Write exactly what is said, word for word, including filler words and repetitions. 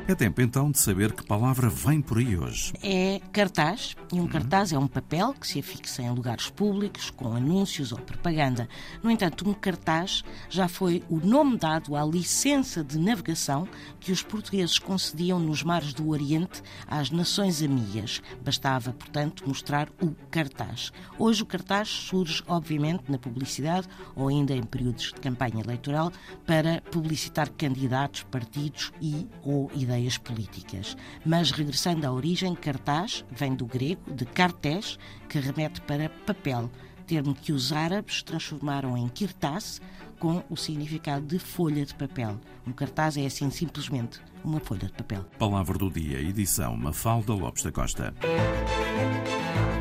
É tempo então de saber que palavra vem por aí hoje. É cartaz, e um cartaz é um papel que se afixa em lugares públicos, com anúncios ou propaganda. No entanto, um cartaz já foi o nome dado à licença de navegação que os portugueses concediam nos mares do Oriente às nações amigas. Bastava, portanto, mostrar o cartaz. Hoje o cartaz surge, obviamente, na publicidade ou ainda em períodos de campanha eleitoral para publicitar candidatos, partidos e ou ideias políticas. Mas, regressando à origem, cartaz vem do grego, de cartés, que remete para papel, termo que os árabes transformaram em kirtas, com o significado de folha de papel. Um cartaz é, assim, simplesmente uma folha de papel. Palavra do dia, edição Mafalda Lopes da Costa.